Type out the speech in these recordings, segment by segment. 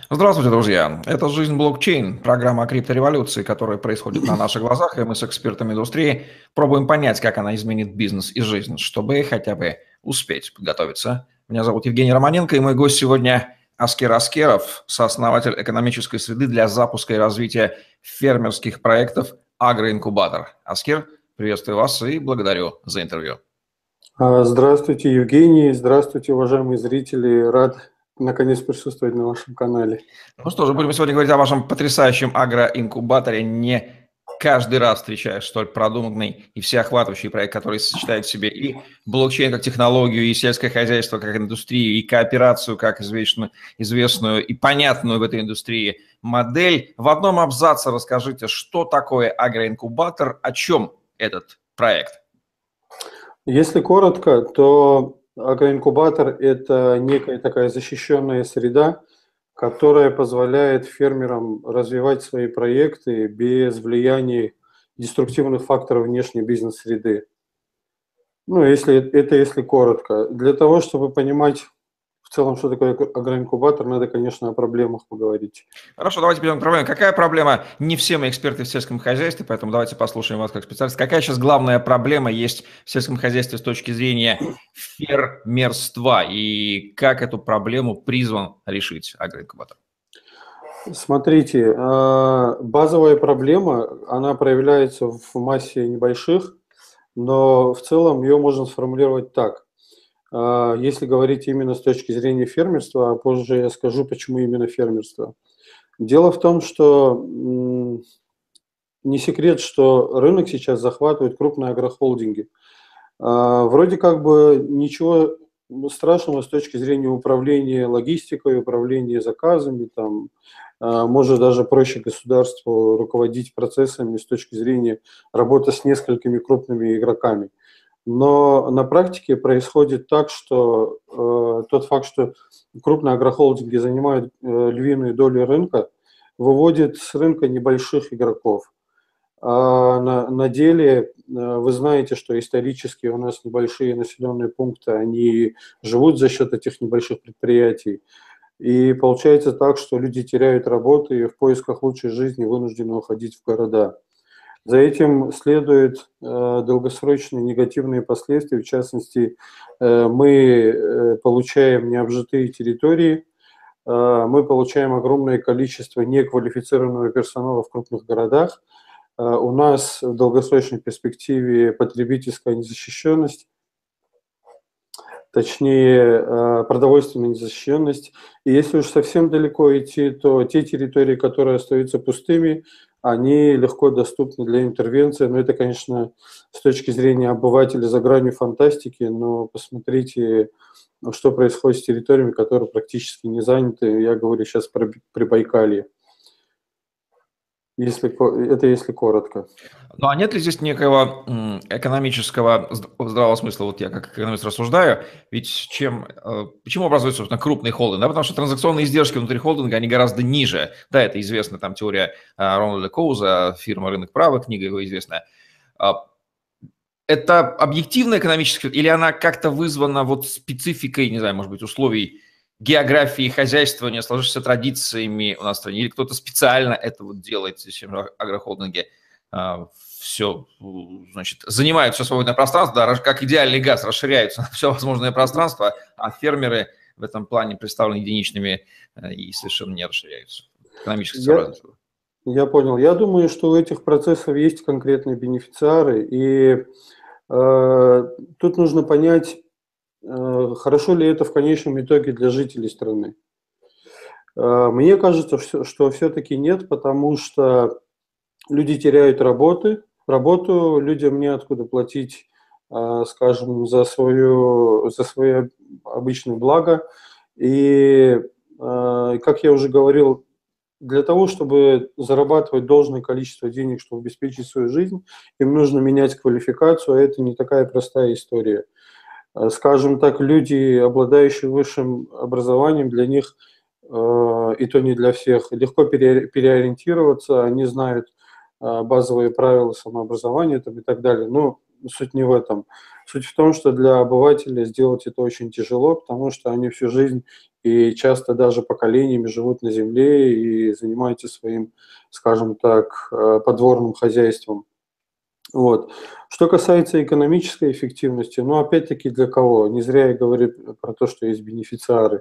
Здравствуйте, друзья! Это «Жизнь блокчейн», программа о криптореволюции, которая происходит на наших глазах, и мы с экспертами индустрии пробуем понять, как она изменит бизнес и жизнь, чтобы хотя бы успеть подготовиться. Меня зовут Евгений Романенко, и мой гость сегодня Аскер Аскеров, сооснователь экономической среды для запуска и развития фермерских проектов «Агроинкубатор». Аскер, приветствую вас и благодарю за интервью. Здравствуйте, Евгений. Здравствуйте, уважаемые зрители. Рад наконец присутствовать на вашем канале. Ну что же, будем сегодня говорить о вашем потрясающем агроинкубаторе. Не каждый раз встречаешь столь продуманный и всеохватывающий проект, который сочетает в себе и блокчейн как технологию, и сельское хозяйство как индустрию, и кооперацию как известную и понятную в этой индустрии модель. В одном абзаце расскажите, что такое агроинкубатор, о чем этот проект? Если коротко, то агроинкубатор – это некая такая защищенная среда, которая позволяет фермерам развивать свои проекты без влияния деструктивных факторов внешней бизнес-среды. Ну, если коротко. Для того, чтобы понимать в целом, что такое агроинкубатор, надо, конечно, о проблемах поговорить. Хорошо, давайте перейдем к проблеме. Какая проблема? Не все мы эксперты в сельском хозяйстве, поэтому давайте послушаем вас как специалист. Какая сейчас главная проблема есть в сельском хозяйстве с точки зрения фермерства и как эту проблему призван решить агроинкубатор? Смотрите, базовая проблема, она проявляется в массе небольших, но в целом ее можно сформулировать так. Если говорить именно с точки зрения фермерства, а позже я скажу, почему именно фермерство. Дело в том, что не секрет, что рынок сейчас захватывают крупные агрохолдинги. Вроде как бы ничего страшного с точки зрения управления логистикой, управления заказами, там, может даже проще государству руководить процессами с точки зрения работы с несколькими крупными игроками. Но на практике происходит так, что тот факт, что крупные агрохолдинги занимают львиную долю рынка, выводит с рынка небольших игроков. На деле вы знаете, что исторически у нас небольшие населенные пункты, они живут за счет этих небольших предприятий. И получается так, что люди теряют работы и в поисках лучшей жизни вынуждены уходить в города. За этим следуют долгосрочные негативные последствия. В частности, мы получаем необжитые территории, мы получаем огромное количество неквалифицированного персонала в крупных городах. У нас в долгосрочной перспективе потребительская незащищенность, точнее продовольственная незащищенность. И если уж совсем далеко идти, то те территории, которые остаются пустыми, они легко доступны для интервенции. Но это, конечно, с точки зрения обывателя за гранью фантастики, но посмотрите, что происходит с территориями, которые практически не заняты. Я говорю сейчас про Прибайкалье. Если коротко. Ну, а нет ли здесь некого экономического здравого смысла? Вот я как экономист рассуждаю, ведь почему образуется, собственно, крупный холдинг? Да, потому что транзакционные издержки внутри холдинга, они гораздо ниже. Да, это известна там теория Рональда Коуза, фирма «Рынок права», книга его известная. Это объективная экономическая, или она как-то вызвана вот спецификой, не знаю, может быть, условий географии, хозяйствования, сложившимися традициями у нас в стране, или кто-то специально это вот делает, если агрохолдинги все, значит, занимают все свободное пространство, да, как идеальный газ, расширяются на все возможное пространство, а фермеры в этом плане представлены единичными и совершенно не расширяются. Экономически сообразно. Я понял. Я думаю, что у этих процессов есть конкретные бенефициары, и тут нужно понять, хорошо ли это в конечном итоге для жителей страны. Мне кажется, что все-таки нет, потому что люди теряют работу, людям неоткуда платить, скажем, за свое обычное благо. И, как я уже говорил, для того, чтобы зарабатывать должное количество денег, чтобы обеспечить свою жизнь, им нужно менять квалификацию, а это не такая простая история. Скажем так, люди, обладающие высшим образованием, для них, и то не для всех, легко переориентироваться, они знают базовые правила самообразования там, и так далее. Но суть не в этом. Суть в том, что для обывателя сделать это очень тяжело, потому что они всю жизнь и часто даже поколениями живут на земле и занимаются своим, скажем так, подворным хозяйством. Вот. Что касается экономической эффективности, ну, опять-таки, для кого? Не зря я говорю про то, что есть бенефициары.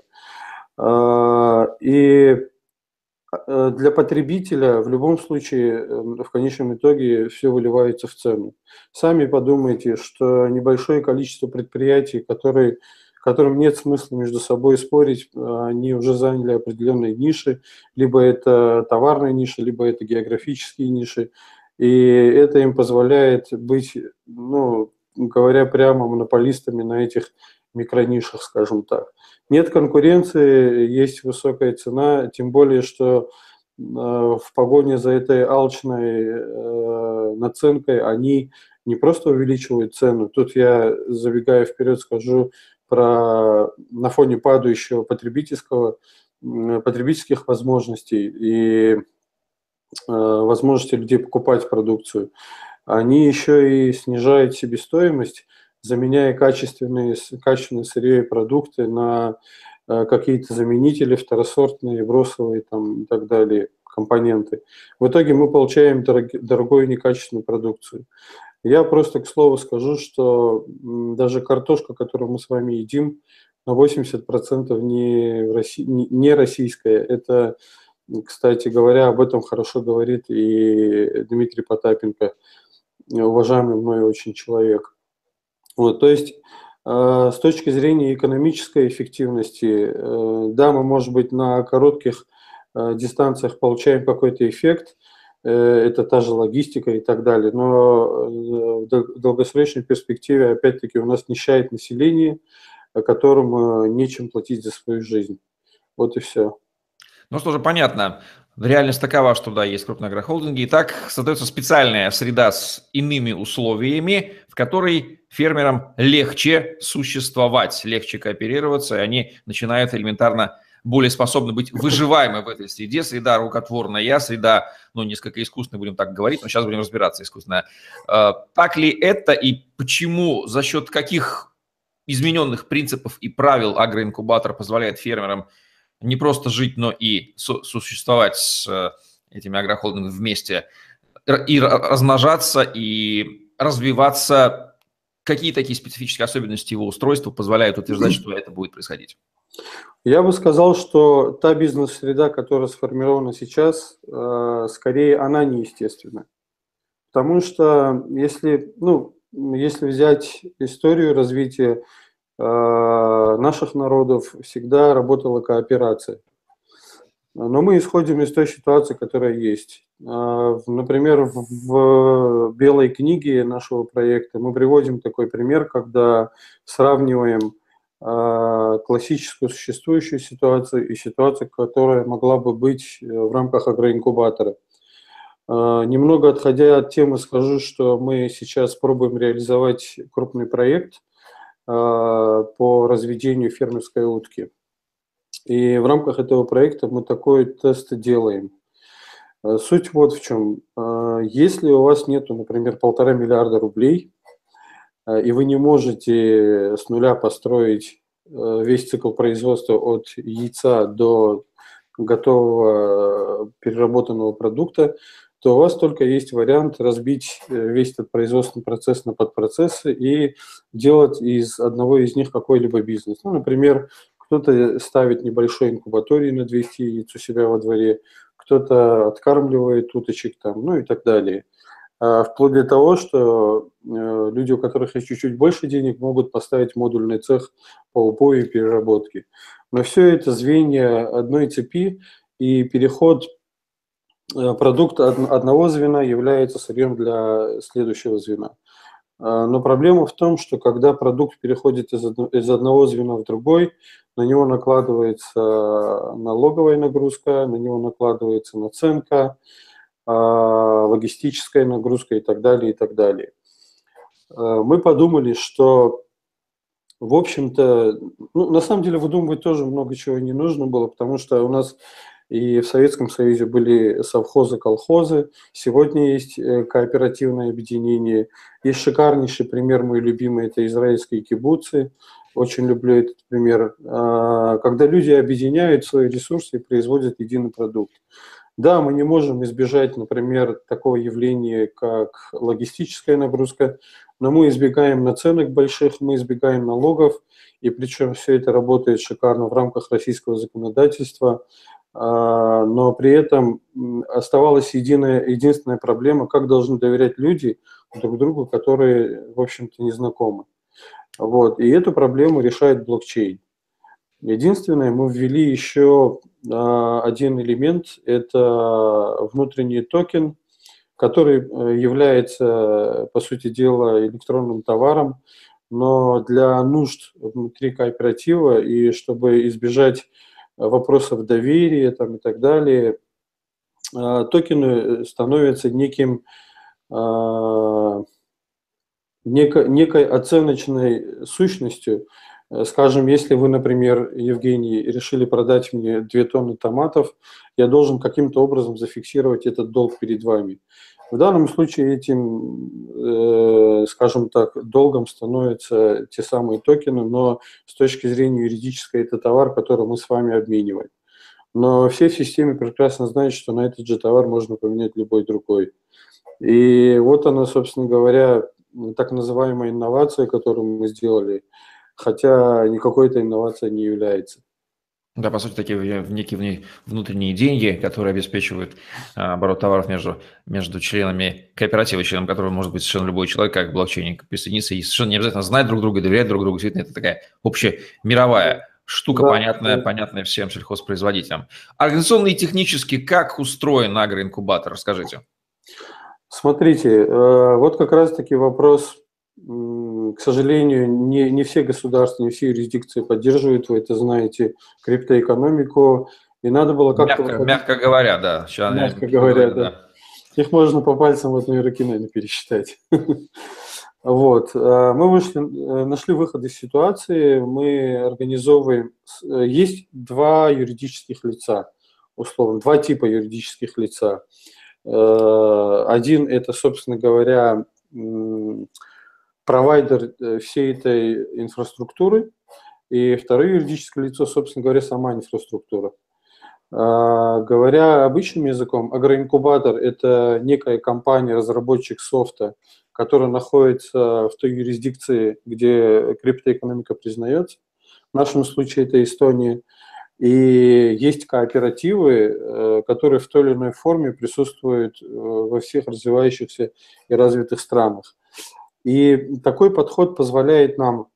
И для потребителя в любом случае, в конечном итоге, все выливается в цену. Сами подумайте, что небольшое количество предприятий, которым нет смысла между собой спорить, они уже заняли определенные ниши, либо это товарные ниши, либо это географические ниши, и это им позволяет быть, ну, говоря прямо, монополистами на этих микронишах, скажем так. Нет конкуренции, есть высокая цена, тем более, что в погоне за этой алчной наценкой они не просто увеличивают цену. Тут я, забегая вперед, скажу про на фоне падающего потребительских возможностей и возможности людей покупать продукцию. Они еще и снижают себестоимость, заменяя качественные сырье и продукты на какие-то заменители, второсортные, бросовые там, и так далее, компоненты. В итоге мы получаем дорогую некачественную продукцию. Я просто к слову скажу, что даже картошка, которую мы с вами едим, на 80% не российская. Это, кстати говоря, об этом хорошо говорит и Дмитрий Потапенко, уважаемый мной очень человек. Вот, то есть с точки зрения экономической эффективности, да, мы, может быть, на коротких дистанциях получаем какой-то эффект, это та же логистика и так далее, но в долгосрочной перспективе, опять-таки, у нас нищает население, которому нечем платить за свою жизнь. Вот и все. Ну что же, понятно. Реальность такова, что да, есть крупные агрохолдинги, и так создается специальная среда с иными условиями, в которой фермерам легче существовать, легче кооперироваться, и они начинают элементарно более способны быть выживаемы в этой среде. Среда рукотворная, среда, ну, несколько искусственная, будем так говорить, но сейчас будем разбираться искусственно. Так ли это и почему, за счет каких измененных принципов и правил агроинкубатор позволяет фермерам не просто жить, но и существовать с этими агрохолдингами вместе, и размножаться, и развиваться? Какие такие специфические особенности его устройства позволяют утверждать, что это будет происходить? Я бы сказал, что та бизнес-среда, которая сформирована сейчас, скорее она неестественная. Потому что если взять историю развития наших народов, всегда работала кооперация. Но мы исходим из той ситуации, которая есть. Например, в белой книге нашего проекта мы приводим такой пример, когда сравниваем классическую существующую ситуацию и ситуацию, которая могла бы быть в рамках агроинкубатора. Немного отходя от темы, скажу, что мы сейчас пробуем реализовать крупный проект по разведению фермерской утки. И в рамках этого проекта мы такой тест делаем. Суть вот в чем. Если у вас нету, например, 1,5 миллиарда рублей, и вы не можете с нуля построить весь цикл производства от яйца до готового переработанного продукта, то у вас только есть вариант разбить весь этот производственный процесс на подпроцессы и делать из одного из них какой-либо бизнес. Ну, например, кто-то ставит небольшой инкубаторий на 200 яиц у себя во дворе, кто-то откармливает уточек там, ну и так далее. Вплоть до того, что люди, у которых есть чуть-чуть больше денег, могут поставить модульный цех по убою и переработке. Но все это звенья одной цепи, и переход продукта одного звена является сырьем для следующего звена. Но проблема в том, что когда продукт переходит из одного звена в другой, на него накладывается налоговая нагрузка, на него накладывается наценка, логистическая нагрузка и так далее, и так далее. Мы подумали, что, в общем-то, на самом деле выдумывать тоже много чего не нужно было, потому что у нас И в Советском Союзе были совхозы, колхозы. Сегодня есть кооперативное объединение. Есть шикарнейший пример, мой любимый, это израильские кибуцы. Очень люблю этот пример. Когда люди объединяют свои ресурсы и производят единый продукт. Да, мы не можем избежать, например, такого явления, как логистическая нагрузка, но мы избегаем наценок больших, мы избегаем налогов, и причем все это работает шикарно в рамках российского законодательства, но при этом оставалась единственная проблема, как должны доверять люди друг другу, которые, в общем-то, не знакомы. Вот. И эту проблему решает блокчейн. Единственное, мы ввели еще один элемент, это внутренний токен, который является, по сути дела, электронным товаром, но для нужд внутри кооператива и чтобы избежать вопросов доверия там, и так далее, токены становятся некой оценочной сущностью. Скажем, если вы, например, Евгений, решили продать мне 2 тонны томатов, я должен каким-то образом зафиксировать этот долг перед вами. В данном случае этим, скажем так, долгом становятся те самые токены, но с точки зрения юридической это товар, который мы с вами обмениваем. Но все в системе прекрасно знают, что на этот же товар можно поменять любой другой. И вот она, собственно говоря, так называемая инновация, которую мы сделали, хотя никакой это инновацией не является. Да, по сути, такие некие внутренние деньги, которые обеспечивают оборот товаров между членами кооператива, членом которого может быть совершенно любой человек, как к блокчейну присоединиться, и совершенно не обязательно знать друг друга, доверять друг другу. Действительно, это такая общая мировая штука, Да. понятная всем сельхозпроизводителям. Организационно и технически как устроен агроинкубатор? Расскажите. Смотрите, вот как раз-таки вопрос, к сожалению, не все государства, не все юрисдикции поддерживают, вы это знаете, криптоэкономику, и надо было как-то... Мягко говоря, да. Сейчас Мягко говоря, да. Их можно по пальцам в одной руке, наверное, пересчитать. Вот. Мы нашли выход из ситуации, мы организовываем... Есть 2 юридических лица, условно, 2 типа юридических лица. Один – это, собственно говоря, провайдер всей этой инфраструктуры, и второе юридическое лицо, собственно говоря, сама инфраструктура. Говоря обычным языком, агроинкубатор – это некая компания, разработчик софта, которая находится в той юрисдикции, где криптоэкономика признается. В нашем случае это Эстония. И есть кооперативы, которые в той или иной форме присутствуют во всех развивающихся и развитых странах. И такой подход позволяет нам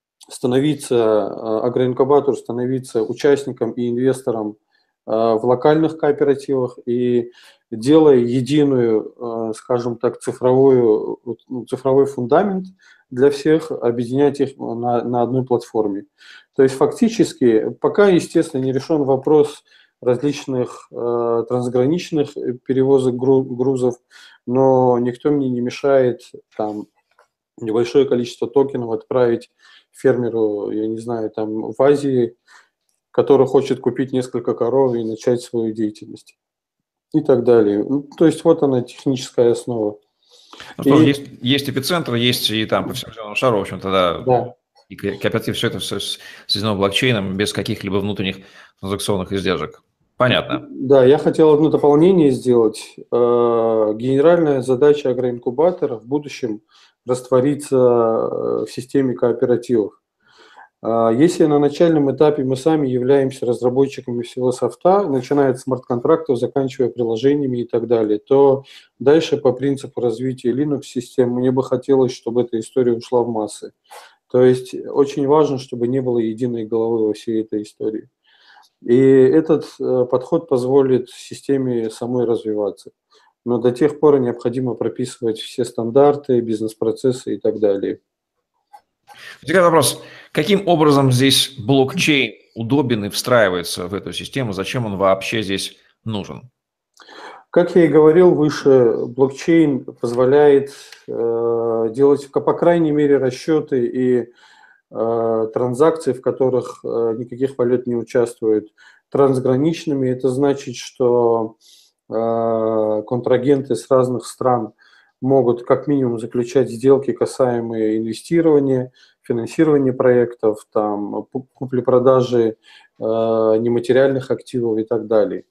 агроинкубатору становиться участником и инвестором в локальных кооперативах и делая единую, скажем так, цифровой фундамент для всех, объединять их на одной платформе. То есть фактически пока, естественно, не решен вопрос различных трансграничных перевозок грузов, но никто мне не мешает там небольшое количество токенов отправить фермеру, я не знаю, там в Азии, который хочет купить несколько коров и начать свою деятельность и так далее. Ну, то есть вот она техническая основа. Ну что ж, есть эпицентр, есть и там по всему земному шару, в общем-то, да. И кооператив, все это связано блокчейном без каких-либо внутренних транзакционных издержек. Понятно. Да, я хотел одно дополнение сделать. Генеральная задача агроинкубатора в будущем раствориться в системе кооперативов. Если на начальном этапе мы сами являемся разработчиками всего софта, начиная от смарт-контрактов, заканчивая приложениями и так далее, то дальше по принципу развития Linux-систем мне бы хотелось, чтобы эта история ушла в массы. То есть очень важно, чтобы не было единой головы во всей этой истории. И этот подход позволит системе самой развиваться. Но до тех пор необходимо прописывать все стандарты, бизнес-процессы и так далее. Теперь вопрос. Каким образом здесь блокчейн удобен и встраивается в эту систему? Зачем он вообще здесь нужен? Как я и говорил выше, блокчейн позволяет делать, по крайней мере, расчеты и транзакции, в которых никаких валют не участвует, трансграничными. Это значит, что контрагенты с разных стран могут как минимум заключать сделки, касаемые инвестирования, финансирования проектов, там, купли-продажи нематериальных активов и так далее.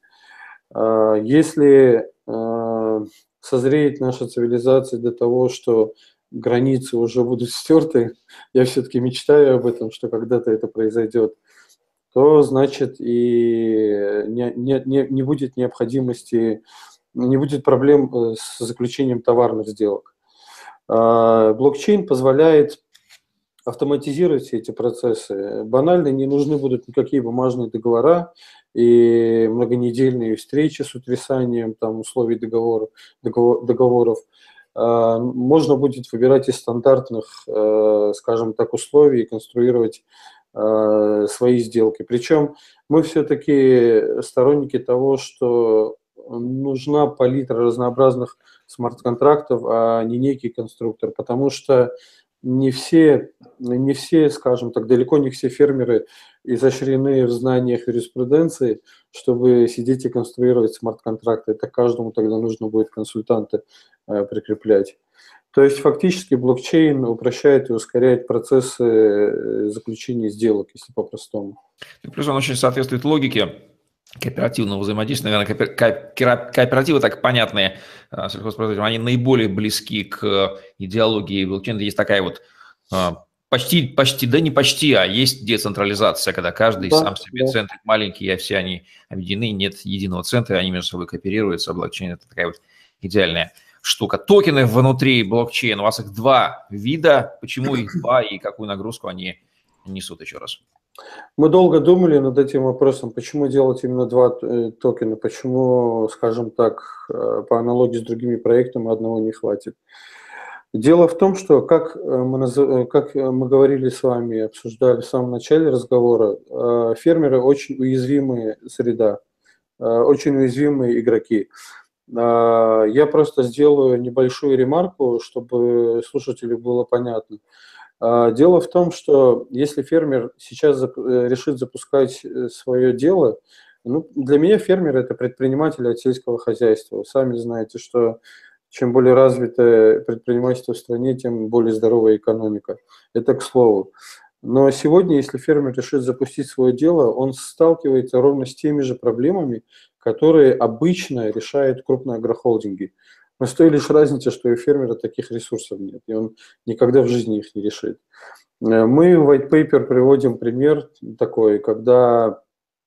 Если созреет наша цивилизация до того, что границы уже будут стерты, я все-таки мечтаю об этом, что когда-то это произойдет, то значит и не будет необходимости, не будет проблем с заключением товарных сделок. Блокчейн позволяет автоматизировать все эти процессы. Банально не нужны будут никакие бумажные договора и многонедельные встречи с утрясанием там, условий договоров. Можно будет выбирать из стандартных, скажем так, условий и конструировать свои сделки. Причем мы все-таки сторонники того, что нужна палитра разнообразных смарт-контрактов, а не некий конструктор, потому что не все, скажем так, далеко не все фермеры изощрены в знаниях юриспруденции, чтобы сидеть и конструировать смарт-контракты. Это каждому тогда нужно будет консультанта прикреплять. То есть фактически блокчейн упрощает и ускоряет процессы заключения сделок, если по-простому. Плюс он очень соответствует логике кооперативного взаимодействия. Наверное, кооперативы так понятные сельхозпроизводителям, они наиболее близки к идеологии блокчейна. Есть такая вот почти, да не почти, а есть децентрализация, когда каждый сам себе центр маленький, а все они объединены, нет единого центра, они между собой кооперируются, а блокчейн – это такая вот идеальная штука. Токены внутри блокчейна, у вас их два вида, почему их два и какую нагрузку они несут еще раз? Мы долго думали над этим вопросом, почему делать именно два токена, почему, скажем так, по аналогии с другими проектами одного не хватит. Дело в том, что, как мы говорили с вами, обсуждали в самом начале разговора, фермеры очень уязвимая среда, очень уязвимые игроки. Я просто сделаю небольшую ремарку, чтобы слушателю было понятно. Дело в том, что если фермер сейчас решит запускать свое дело, ну, для меня фермер – это предприниматель от сельского хозяйства. Вы сами знаете, что чем более развитое предпринимательство в стране, тем более здоровая экономика. Это к слову. Но сегодня, если фермер решит запустить свое дело, он сталкивается ровно с теми же проблемами, которые обычно решают крупные агрохолдинги. Но с той лишь разницей, что у фермера таких ресурсов нет, и он никогда в жизни их не решит. Мы в white paper приводим пример такой, когда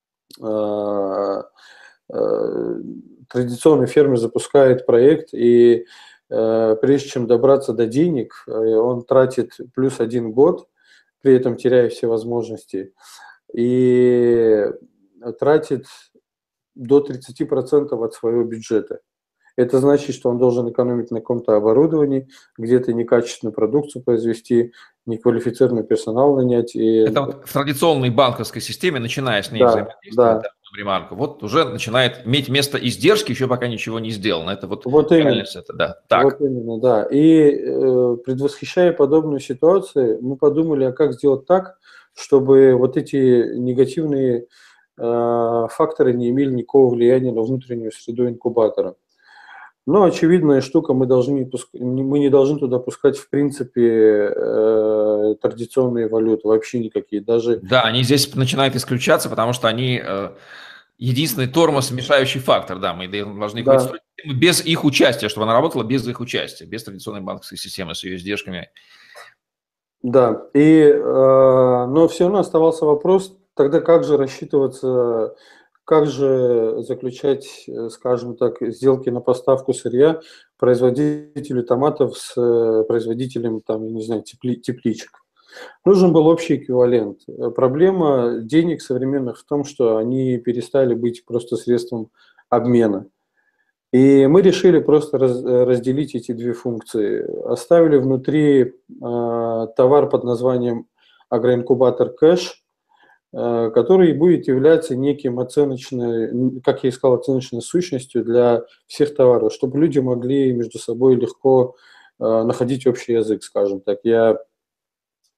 традиционный фермер запускает проект, и прежде чем добраться до денег, он тратит плюс 1 год, при этом теряя все возможности, и тратит до 30% от своего бюджета. Это значит, что он должен экономить на каком-то оборудовании, где-то некачественную продукцию произвести, неквалифицированный персонал нанять. Это вот в традиционной банковской системе, начиная с ней взаимодействовать, ремарку, вот уже начинает иметь место издержки, еще пока ничего не сделано. Это вот реальность, это, да. Так. Вот именно, да. И предвосхищая подобную ситуацию, мы подумали, а как сделать так, чтобы вот эти негативные факторы не имели никакого влияния на внутреннюю среду инкубатора. Но очевидная штука, мы не должны туда пускать в принципе традиционные валюты, вообще никакие. Даже... Да, они здесь начинают исключаться, потому что они единственный тормоз, мешающий фактор. Да, мы должны их строить без их участия, чтобы она работала без их участия, без традиционной банковской системы с ее издержками. Да, но все равно оставался вопрос, тогда как же рассчитываться, как же заключать, скажем так, сделки на поставку сырья производителю томатов с производителем, там, я не знаю, тепличек. Нужен был общий эквивалент. Проблема денег современных в том, что они перестали быть просто средством обмена. И мы решили просто разделить эти две функции. Оставили внутри товар под названием агроинкубатор кэш, который будет являться неким оценочной, как я и сказал, оценочной сущностью для всех товаров, чтобы люди могли между собой легко находить общий язык, скажем так. Я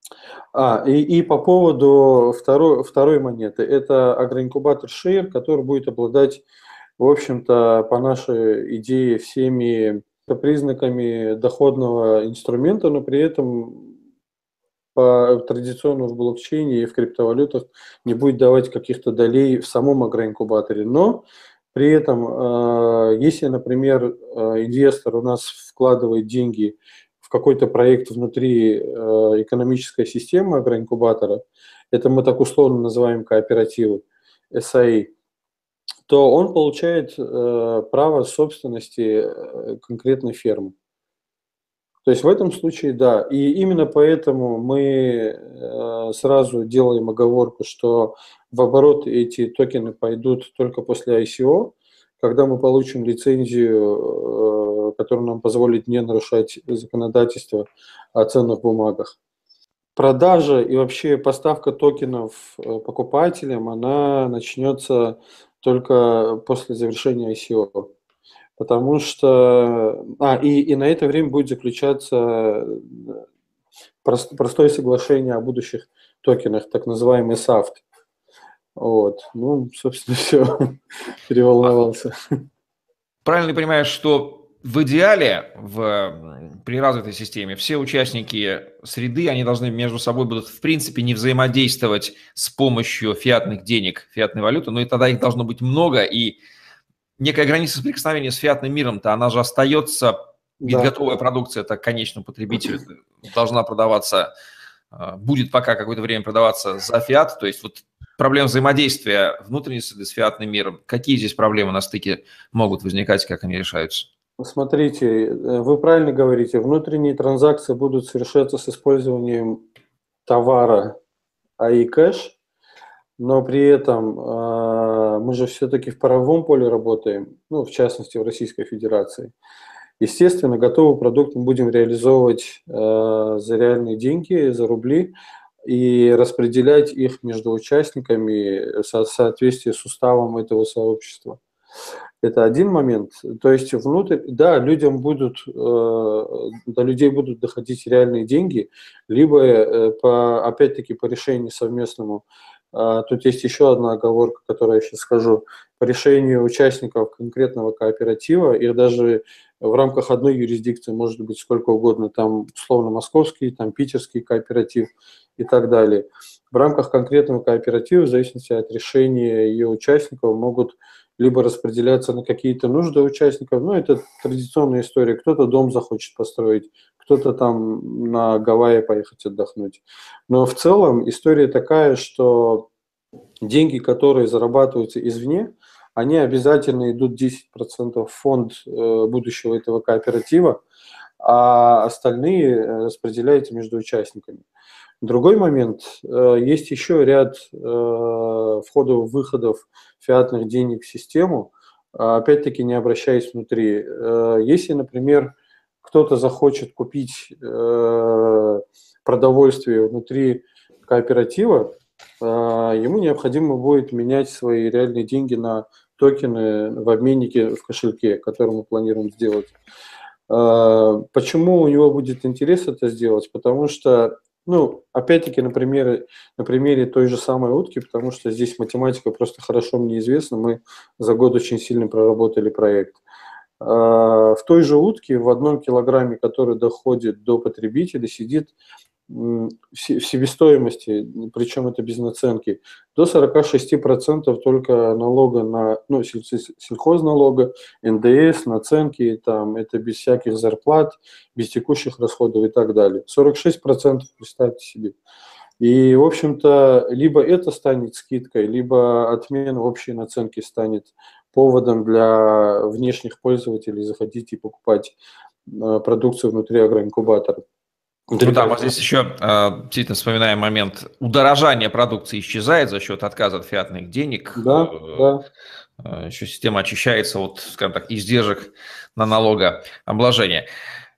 И по поводу второй монеты, это агроинкубатор Share, который будет обладать, в общем-то, по нашей идее, всеми признаками доходного инструмента, но при этом по традиционно в блокчейне и в криптовалютах не будет давать каких-то долей в самом агроинкубаторе. Но при этом, если, например, инвестор у нас вкладывает деньги в какой-то проект внутри экономической системы агроинкубатора, это мы так условно называем кооперативы, SAI, то он получает право собственности конкретной фермы. То есть в этом случае да. И именно поэтому мы сразу делаем оговорку, что в оборот эти токены пойдут только после ICO, когда мы получим лицензию, которая нам позволит не нарушать законодательство о ценных бумагах. Продажа и вообще поставка токенов покупателям, она начнется только после завершения ICO. Потому что... и на это время будет заключаться простое соглашение о будущих токенах, так называемый SAFT. Вот. Ну, собственно, все. Переволновался. Правильно понимаешь, что в идеале при развитой системе все участники среды, они должны между собой будут в принципе не взаимодействовать с помощью фиатных денег, фиатной валюты, но и тогда их должно быть много, и некая граница соприкосновения с фиатным миром-то, она же остается, ведь готовая продукция, это конечному потребителю должна продаваться, будет пока какое-то время продаваться за фиат, то есть вот проблема взаимодействия внутренней среды с фиатным миром, какие здесь проблемы на стыке могут возникать, как они решаются? Смотрите, вы правильно говорите, внутренние транзакции будут совершаться с использованием товара AI Cash, но при этом мы же все-таки в правовом поле работаем, ну, в частности, в Российской Федерации. Естественно, готовый продукт мы будем реализовывать за реальные деньги, за рубли, и распределять их между участниками в соответствии с уставом этого сообщества. Это один момент. То есть внутрь, да, до людей будут доходить реальные деньги, либо, опять-таки, по решению совместному. Тут есть еще одна оговорка, которую я сейчас скажу. По решению участников конкретного кооператива, их даже в рамках одной юрисдикции может быть сколько угодно, там условно московский, там питерский кооператив и так далее. В рамках конкретного кооператива, в зависимости от решения ее участников, могут либо распределяться на какие-то нужды участников, ну, это традиционная история, кто-то дом захочет построить, кто-то там на Гавайи поехать отдохнуть. Но в целом история такая, что деньги, которые зарабатываются извне, они обязательно идут 10% в фонд будущего этого кооператива, а остальные распределяются между участниками. Другой момент, есть еще ряд входов-выходов фиатных денег в систему, опять-таки не обращаясь внутри. Если, например, кто-то захочет купить продовольствие внутри кооператива, ему необходимо будет менять свои реальные деньги на токены в обменнике в кошельке, который мы планируем сделать. Почему у него будет интерес это сделать? Потому что, ну, опять-таки, на примере той же самой утки, потому что здесь математика просто хорошо мне известна, мы за год очень сильно проработали проект. В той же утке в 1 килограмме, который доходит до потребителя, сидит в себестоимости, причем это без наценки, до 46% только налога на, ну, сельхозналога, НДС, наценки, там, это без всяких зарплат, без текущих расходов и так далее. 46%, представьте себе. И, в общем-то, либо это станет скидкой, либо отмена общей наценки станет поводом для внешних пользователей заходить и покупать продукцию внутри агроинкубатора. Ну да, вот здесь еще действительно вспоминаем момент удорожания продукции исчезает за счет отказа от фиатных денег. Да, да. Еще система очищается от, скажем так, издержек на налогообложение.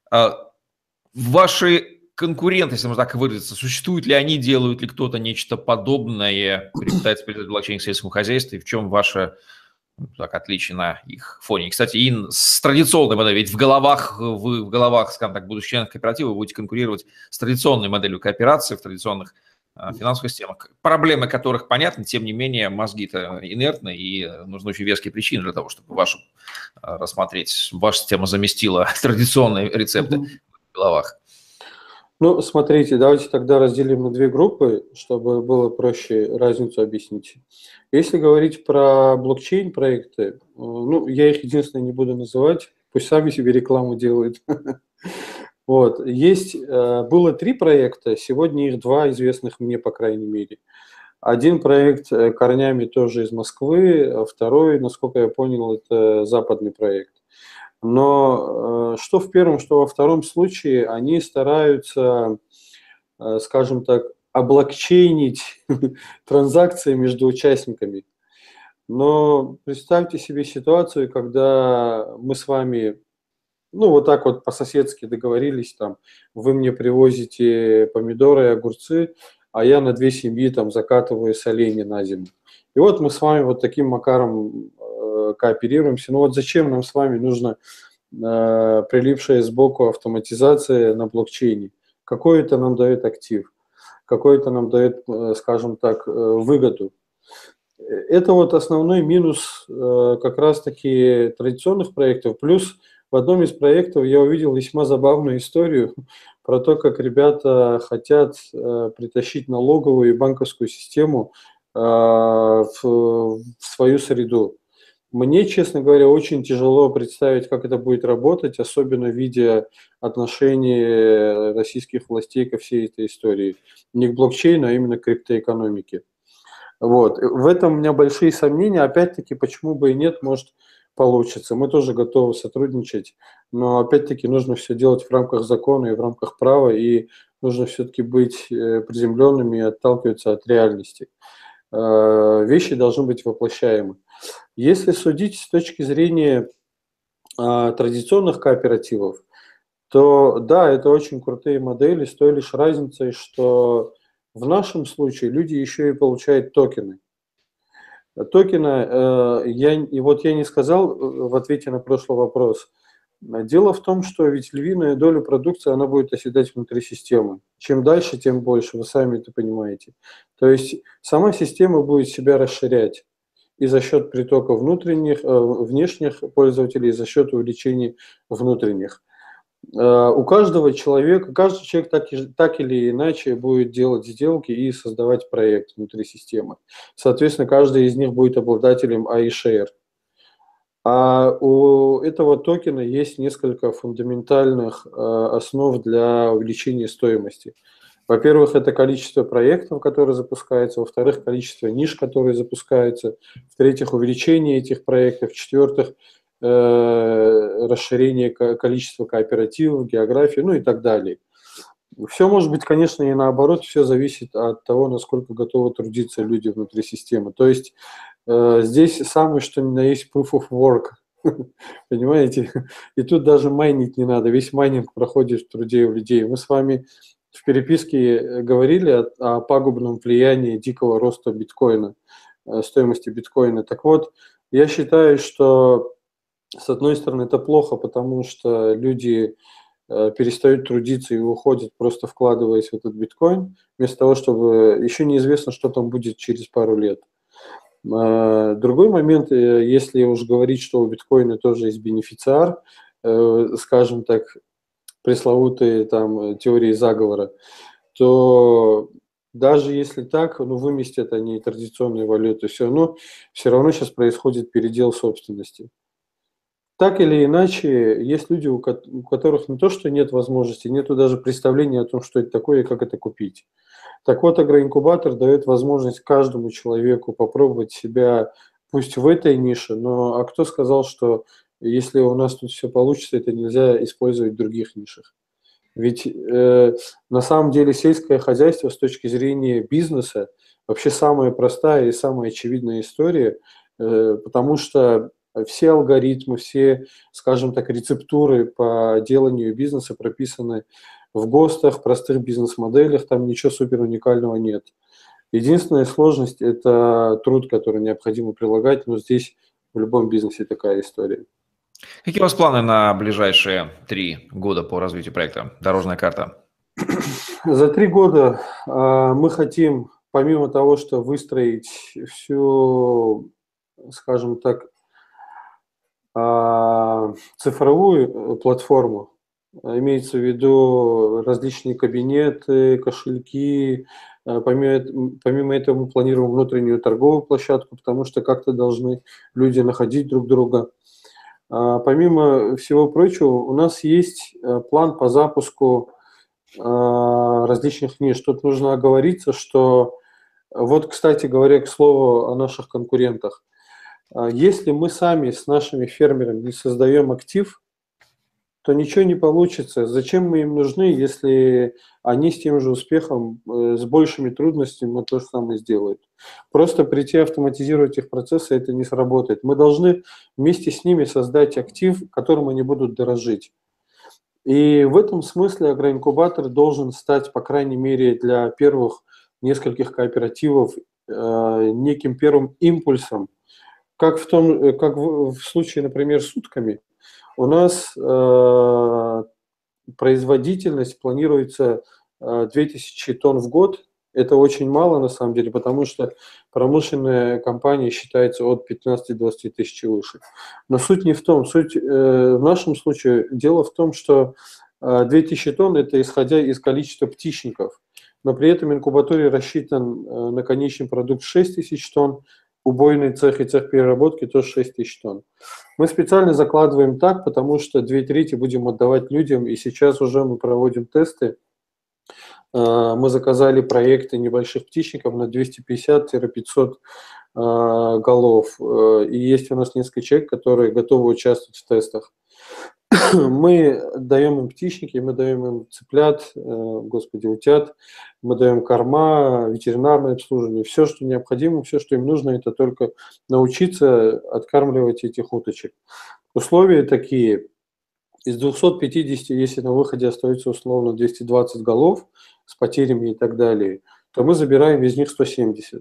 Ваши конкуренты, если можно так выразиться, существуют ли они, делают ли кто-то нечто подобное, пытается использовать блокчейн к сельскому хозяйству, и в чем ваша так, отличие на их фоне. И, кстати, и с традиционной моделью, ведь в головах, скажем так, будущих членов кооператива вы будете конкурировать с традиционной моделью кооперации в традиционных финансовых системах, проблемы которых понятны, тем не менее мозги-то инертны, и нужны очень веские причины для того, чтобы рассмотреть. Ваша система заместила традиционные рецепты в головах. Ну, смотрите, давайте тогда разделим на две группы, чтобы было проще разницу объяснить. Если говорить про блокчейн-проекты, ну, я их единственное не буду называть, пусть сами себе рекламу делают. Вот. Было 3 проекта, сегодня их 2 известных мне, по крайней мере. Один проект корнями тоже из Москвы, а второй, насколько я понял, это западный проект. Но что в первом, что во втором случае, они стараются, скажем так, облокчейнить транзакции между участниками. Но представьте себе ситуацию, когда мы с вами, ну, вот так вот по-соседски договорились, там, вы мне привозите помидоры и огурцы, а я на 2 семьи там закатываю соленья на зиму. И вот мы с вами вот таким макаром кооперируемся. Ну вот зачем нам с вами нужно прилипшая сбоку автоматизация на блокчейне? Какой это нам дает актив? Какой это нам дает, скажем так, выгоду? Это вот основной минус как раз-таки традиционных проектов. Плюс в одном из проектов я увидел весьма забавную историю про то, как ребята хотят притащить налоговую и банковскую систему в свою среду. Мне, честно говоря, очень тяжело представить, как это будет работать, особенно видя отношение российских властей ко всей этой истории. Не к блокчейну, а именно к криптоэкономике. Вот. В этом у меня большие сомнения. Опять-таки, почему бы и нет, может, получится. Мы тоже готовы сотрудничать, но опять-таки нужно все делать в рамках закона и в рамках права, и нужно все-таки быть приземленными и отталкиваться от реальности. Вещи должны быть воплощаемы. Если судить с точки зрения традиционных кооперативов, то да, это очень крутые модели, с той лишь разницей, что в нашем случае люди еще и получают токены. Токены, я не сказал в ответе на прошлый вопрос. Дело в том, что ведь львиная доля продукции, она будет оседать внутри системы. Чем дальше, тем больше, вы сами это понимаете. То есть сама система будет себя расширять и за счет притока внешних пользователей, и за счет увеличения внутренних. У каждый человек так или иначе будет делать сделки и создавать проект внутри системы. Соответственно, каждый из них будет обладателем iShare. А у этого токена есть несколько фундаментальных основ для увеличения стоимости. Во-первых, это количество проектов, которые запускаются, во-вторых, количество ниш, которые запускаются, в-третьих, увеличение этих проектов, в-четвертых, расширение количества кооперативов, географии, ну и так далее. Все может быть, конечно, и наоборот, все зависит от того, насколько готовы трудиться люди внутри системы. То есть здесь самое, что ни на есть proof of work, понимаете? И тут даже майнить не надо, весь майнинг проходит в труде у людей. Мы с вами в переписке говорили о пагубном влиянии дикого роста биткоина, стоимости биткоина. Так вот, я считаю, что с одной стороны это плохо, потому что люди перестают трудиться и уходят, просто вкладываясь в этот биткоин, вместо того, чтобы еще неизвестно, что там будет через пару лет. Другой момент, если уж говорить, что у биткоина тоже есть бенефициар, скажем так, пресловутые там теории заговора, то даже если так, выместят они традиционные валюты, все равно сейчас происходит передел собственности. Так или иначе, есть люди, у которых не то, что нет возможности, нету даже представления о том, что это такое и как это купить. Так вот, агроинкубатор дает возможность каждому человеку попробовать себя, пусть в этой нише, но кто сказал, что если у нас тут все получится, это нельзя использовать в других нишах? Ведь на самом деле сельское хозяйство с точки зрения бизнеса вообще самая простая и самая очевидная история, потому что все алгоритмы, все, скажем так, рецептуры по деланию бизнеса прописаны в ГОСТах, простых бизнес-моделях, там ничего супер уникального нет. Единственная сложность – это труд, который необходимо прилагать, но здесь В любом бизнесе такая история. Какие у вас планы на ближайшие 3 года по развитию проекта «Дорожная карта»? За 3 года мы хотим, помимо того, что выстроить всю, скажем так, цифровую платформу, имеется в виду различные кабинеты, кошельки. Помимо этого мы планируем внутреннюю торговую площадку, потому что как-то должны люди находить друг друга. Помимо всего прочего, у нас есть план по запуску различных ниш. Тут нужно оговориться, что вот, кстати говоря, к слову о наших конкурентах. Если мы сами с нашими фермерами не создаем актив, то ничего не получится. Зачем мы им нужны, если они с тем же успехом, с большими трудностями то же самое сделают? Просто прийти автоматизировать их процессы, это не сработает. Мы должны вместе с ними создать актив, которым они будут дорожить. И в этом смысле агроинкубатор должен стать, по крайней мере, для первых нескольких кооперативов неким первым импульсом, как в случае, например, с утками. У нас производительность планируется 2000 тонн в год. Это очень мало на самом деле, потому что промышленная компания считается от 15-20 тысяч и выше. Но суть не в том. Суть в нашем случае, дело в том, что 2000 тонн – это исходя из количества птичников. Но при этом инкубаторий рассчитан на конечный продукт 6000 тонн, убойный цех и цех переработки тоже 6000 тонн. Мы специально закладываем так, потому что 2/3 будем отдавать людям, и сейчас уже мы проводим тесты. Мы заказали проекты небольших птичников на 250-500 голов. И есть у нас несколько человек, которые готовы участвовать в тестах. Мы даем им птичники, мы даем им цыплят, утят, мы даем корма, ветеринарное обслуживание, все, что необходимо, все, что им нужно, это только научиться откармливать этих уточек. Условия такие: из 250, если на выходе остается условно 220 голов с потерями и так далее, то мы забираем из них 170.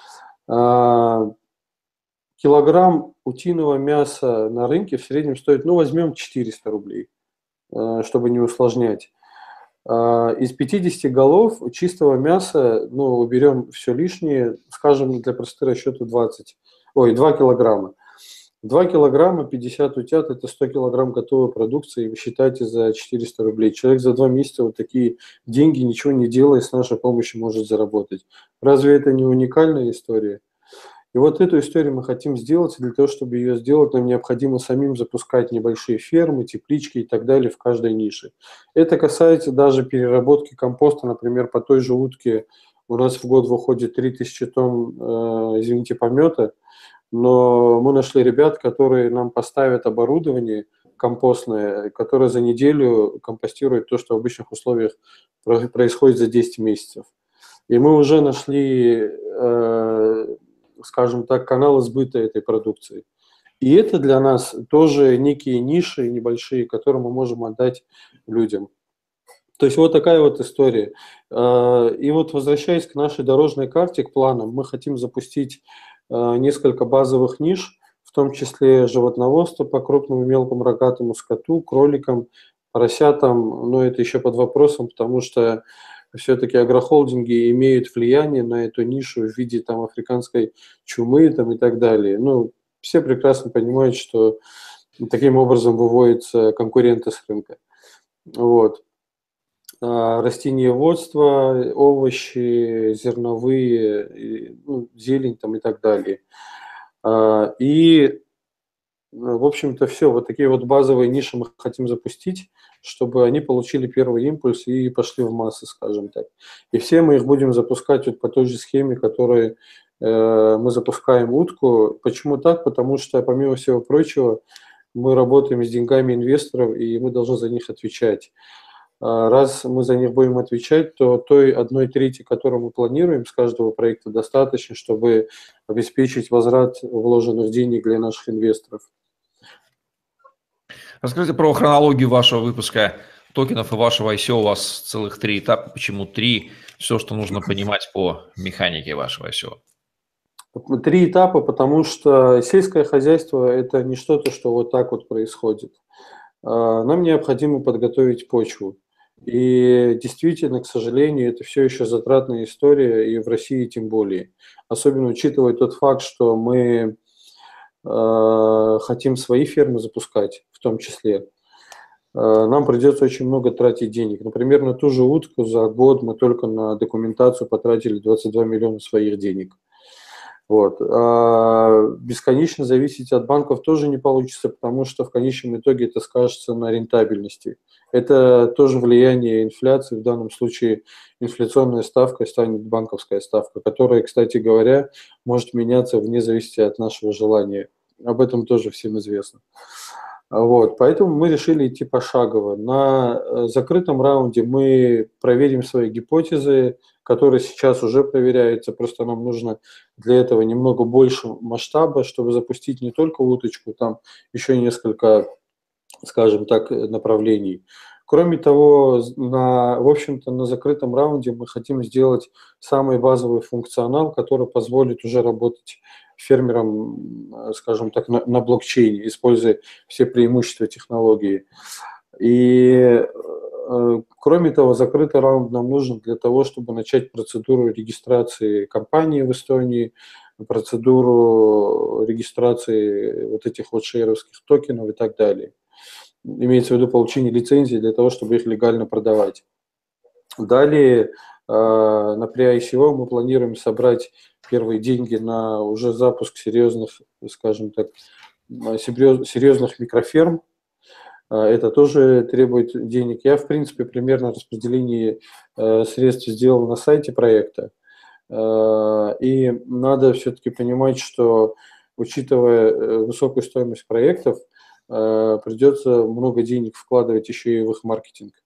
Килограмм утиного мяса на рынке в среднем стоит, возьмем 400 рублей, чтобы не усложнять. Из 50 голов чистого мяса, уберем все лишнее, скажем, для простоты расчета 2 килограмма. 2 килограмма, 50 утят – это 100 килограмм готовой продукции, вы считайте, за 400 рублей. Человек за 2 месяца вот такие деньги, ничего не делая, с нашей помощью может заработать. Разве это не уникальная история? И вот эту историю мы хотим сделать, и для того, чтобы ее сделать, нам необходимо самим запускать небольшие фермы, теплички и так далее в каждой нише. Это касается даже переработки компоста, например, по той же утке у нас в год выходит 3000 тонн, помета, но мы нашли ребят, которые нам поставят оборудование компостное, которое за неделю компостирует то, что в обычных условиях происходит за 10 месяцев. И мы уже нашли, скажем так, каналы сбыта этой продукции. И это для нас тоже некие ниши небольшие, которые мы можем отдать людям. То есть вот такая вот история. И вот возвращаясь к нашей дорожной карте, к планам, мы хотим запустить несколько базовых ниш, в том числе животноводство по крупному и мелкому рогатому скоту, кроликам, поросятам, но это еще под вопросом, потому что все-таки агрохолдинги имеют влияние на эту нишу в виде африканской чумы и так далее. Все прекрасно понимают, что таким образом выводятся конкуренты с рынка. Вот. Растениеводство, овощи, зерновые, зелень и так далее. И, в общем-то, все. Вот такие вот базовые ниши мы хотим запустить, чтобы они получили первый импульс и пошли в массы, скажем так. И все мы их будем запускать вот по той же схеме, которой мы запускаем утку. Почему так? Потому что, помимо всего прочего, мы работаем с деньгами инвесторов, и мы должны за них отвечать. Раз мы за них будем отвечать, то той 1/3, которую мы планируем с каждого проекта, достаточно, чтобы обеспечить возврат вложенных денег для наших инвесторов. Расскажите про хронологию вашего выпуска токенов и вашего ICO. У вас целых 3 этапа. Почему 3? Все, что нужно понимать по механике вашего ICO. 3 этапа, потому что сельское хозяйство – это не что-то, что вот так вот происходит. Нам необходимо подготовить почву. И действительно, к сожалению, это все еще затратная история, и в России тем более. Особенно учитывая тот факт, что мы хотим свои фермы запускать в том числе. Нам придется очень много тратить денег. Например, на ту же утку за год мы только на документацию потратили 22 миллиона своих денег. Вот. Бесконечно зависеть от банков тоже не получится, потому что в конечном итоге это скажется на рентабельности. Это тоже влияние инфляции, в данном случае инфляционная ставка станет банковская ставка, которая, кстати говоря, может меняться вне зависимости от нашего желания. Об этом тоже всем известно. Вот, поэтому мы решили идти пошагово. На закрытом раунде мы проверим свои гипотезы, которые сейчас уже проверяются, просто нам нужно для этого немного больше масштаба, чтобы запустить не только уточку, там еще несколько, скажем так, направлений. Кроме того, в общем-то, на закрытом раунде мы хотим сделать самый базовый функционал, который позволит уже работать фермерам, скажем так, на блокчейне, используя все преимущества технологии. И кроме того, закрытый раунд нам нужен для того, чтобы начать процедуру регистрации компании в Эстонии, процедуру регистрации вот этих вот шейеровских токенов и так далее. Имеется в виду получение лицензии для того, чтобы их легально продавать. Далее на pre-ICO мы планируем собрать первые деньги на уже запуск серьезных, скажем так, серьезных микроферм. Это тоже требует денег. Я, в принципе, примерно распределение средств сделал на сайте проекта. И надо все-таки понимать, что, учитывая высокую стоимость проектов, придется много денег вкладывать еще и в их маркетинг.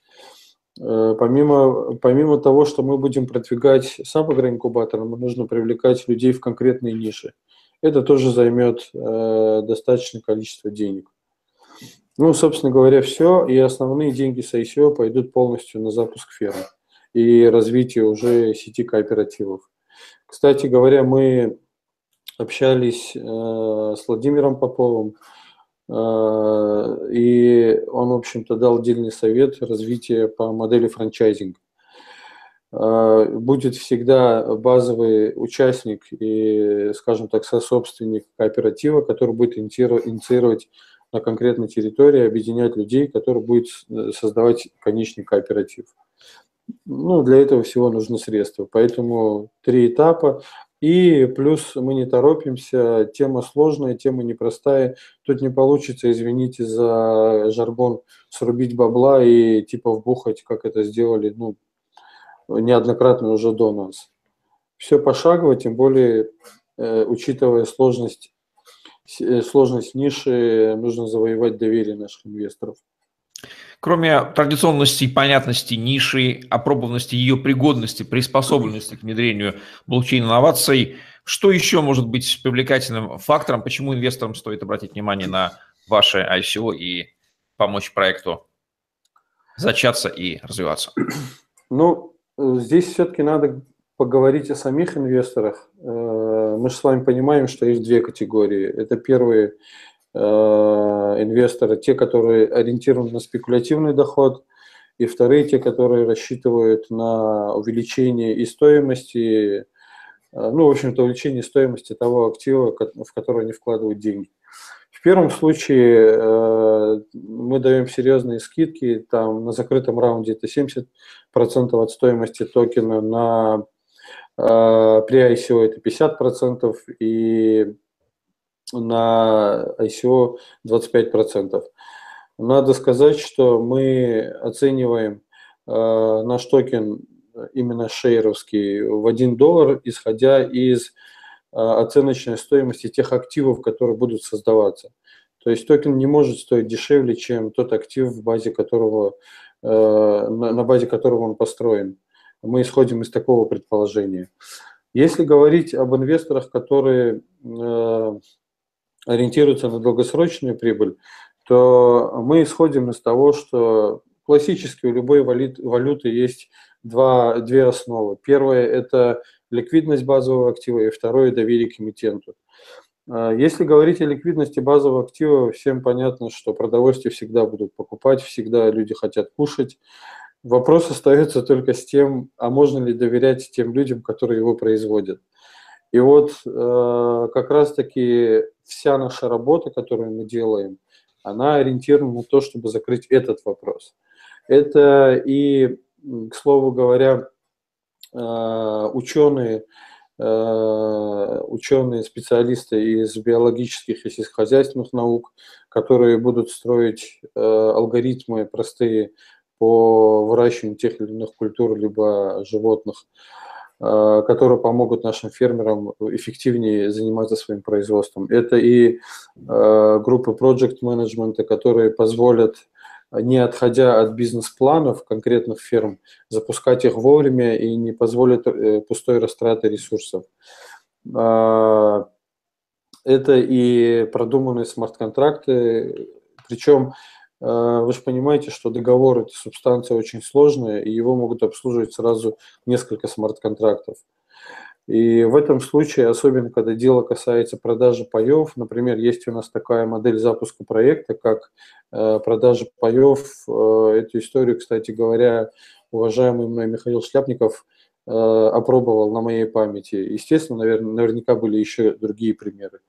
Помимо того, что мы будем продвигать сам агроинкубатор, нам нужно привлекать людей в конкретные ниши. Это тоже займет достаточное количество денег. Ну, собственно говоря, все. И основные деньги с ICO пойдут полностью на запуск ферм и развитие уже сети кооперативов. Кстати говоря, мы общались с Владимиром Поповым, и он, в общем-то, дал отдельный совет развития по модели франчайзинг. Будет всегда базовый участник и, скажем так, сособственник кооператива, который будет инициировать на конкретной территории, объединять людей, который будет создавать конечный кооператив. Ну, для этого всего нужны средства. Поэтому 3 этапа. И плюс мы не торопимся, тема сложная, тема непростая. Тут не получится, извините за жаргон, срубить бабла и типа вбухать, как это сделали, ну, неоднократно уже до нас. Все пошагово, тем более, учитывая сложность ниши, нужно завоевать доверие наших инвесторов. Кроме традиционности и понятности ниши, опробованности ее пригодности, приспособленности к внедрению блокчейн-инноваций, что еще может быть привлекательным фактором, почему инвесторам стоит обратить внимание на ваше ICO и помочь проекту зачаться и развиваться? Ну, здесь все-таки надо поговорить о самих инвесторах. Мы же с вами понимаем, что есть 2 категории. Это первые инвесторы, те, которые ориентированы на спекулятивный доход, и вторые, те, которые рассчитывают на увеличение и стоимости, ну, в общем-то, увеличение стоимости того актива, в который они вкладывают деньги. В первом случае мы даем серьезные скидки, там на закрытом раунде это 70% от стоимости токена, на при ICO это 50%, и на ICO 25%. Надо сказать, что мы оцениваем наш токен именно шейеровский в $1, исходя из оценочной стоимости тех активов, которые будут создаваться. То есть токен не может стоить дешевле, чем тот актив, на базе которого он построен. Мы исходим из такого предположения. Если говорить об инвесторах, которые ориентируются на долгосрочную прибыль, то мы исходим из того, что классически у любой валюты есть две основы. Первая – это ликвидность базового актива, и второе – доверие к эмитенту. Если говорить о ликвидности базового актива, всем понятно, что продовольствие всегда будут покупать, всегда люди хотят кушать. Вопрос остается только с тем, а можно ли доверять тем людям, которые его производят. И вот как раз-таки вся наша работа, которую мы делаем, она ориентирована на то, чтобы закрыть этот вопрос. Это и, к слову говоря, ученые, специалисты из биологических и сельскохозяйственных наук, которые будут строить алгоритмы простые по выращиванию тех или иных культур либо животных, которые помогут нашим фермерам эффективнее заниматься своим производством. Это и группы project management, которые позволят, не отходя от бизнес-планов конкретных ферм, запускать их вовремя и не позволят пустой растраты ресурсов. Это и продуманные смарт-контракты, причем вы же понимаете, что договор – это субстанция очень сложная, и его могут обслуживать сразу несколько смарт-контрактов. И в этом случае, особенно когда дело касается продажи паев, например, есть у нас такая модель запуска проекта, как продажа паев. Эту историю, кстати говоря, уважаемый мной Михаил Шляпников опробовал на моей памяти. Естественно, наверняка были еще другие примеры.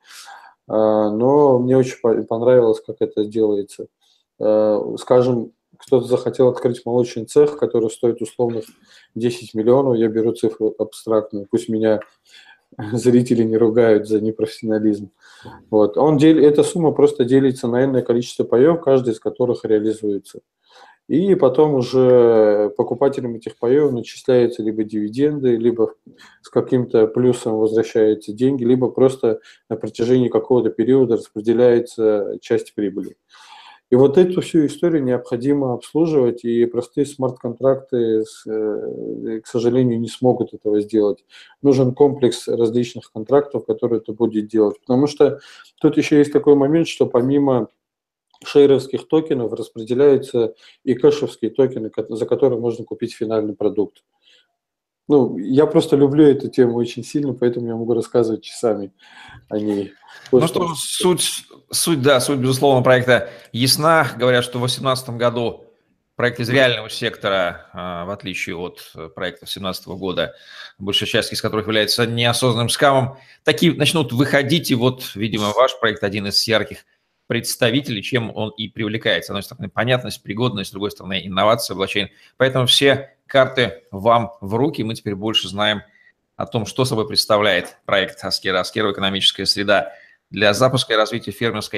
Но мне очень понравилось, как это делается. Скажем, кто-то захотел открыть молочный цех, который стоит условных 10 миллионов, я беру цифру абстрактную, пусть меня зрители не ругают за непрофессионализм. Вот. Эта сумма просто делится на энное количество паев, каждый из которых реализуется. И потом уже покупателям этих паев начисляются либо дивиденды, либо с каким-то плюсом возвращаются деньги, либо просто на протяжении какого-то периода распределяется часть прибыли. И вот эту всю историю необходимо обслуживать, и простые смарт-контракты, к сожалению, не смогут этого сделать. Нужен комплекс различных контрактов, которые это будет делать. Потому что тут еще есть такой момент, что помимо шейровских токенов распределяются и кэшевские токены, за которые можно купить финальный продукт. Ну, я просто люблю эту тему очень сильно, поэтому я могу рассказывать часами о ней. Ну что, суть, безусловно, проекта ясна. Говорят, что в 2018 году проект из реального сектора, в отличие от проекта 2017 года, большая часть из которых является неосознанным скамом, такие начнут выходить, и вот, видимо, ваш проект один из ярких представителей, чем он и привлекает. С одной стороны, понятность, пригодность, с другой стороны, инновация, блокчейн. Поэтому все карты вам в руки. Мы теперь больше знаем о том, что собой представляет проект Аскера, экономическая среда для запуска и развития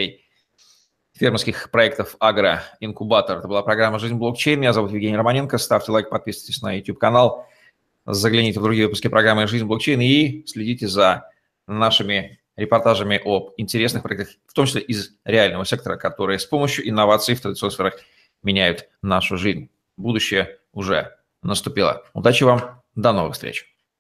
фермерских проектов «Агроинкубатор». Это была программа «Жизнь блокчейн». Меня зовут Евгений Романенко. Ставьте лайк, подписывайтесь на YouTube-канал, загляните в другие выпуски программы «Жизнь блокчейн» и следите за нашими репортажами об интересных проектах, в том числе из реального сектора, которые с помощью инноваций в традиционных сферах меняют нашу жизнь. Будущее уже наступило. Удачи вам, до новых встреч.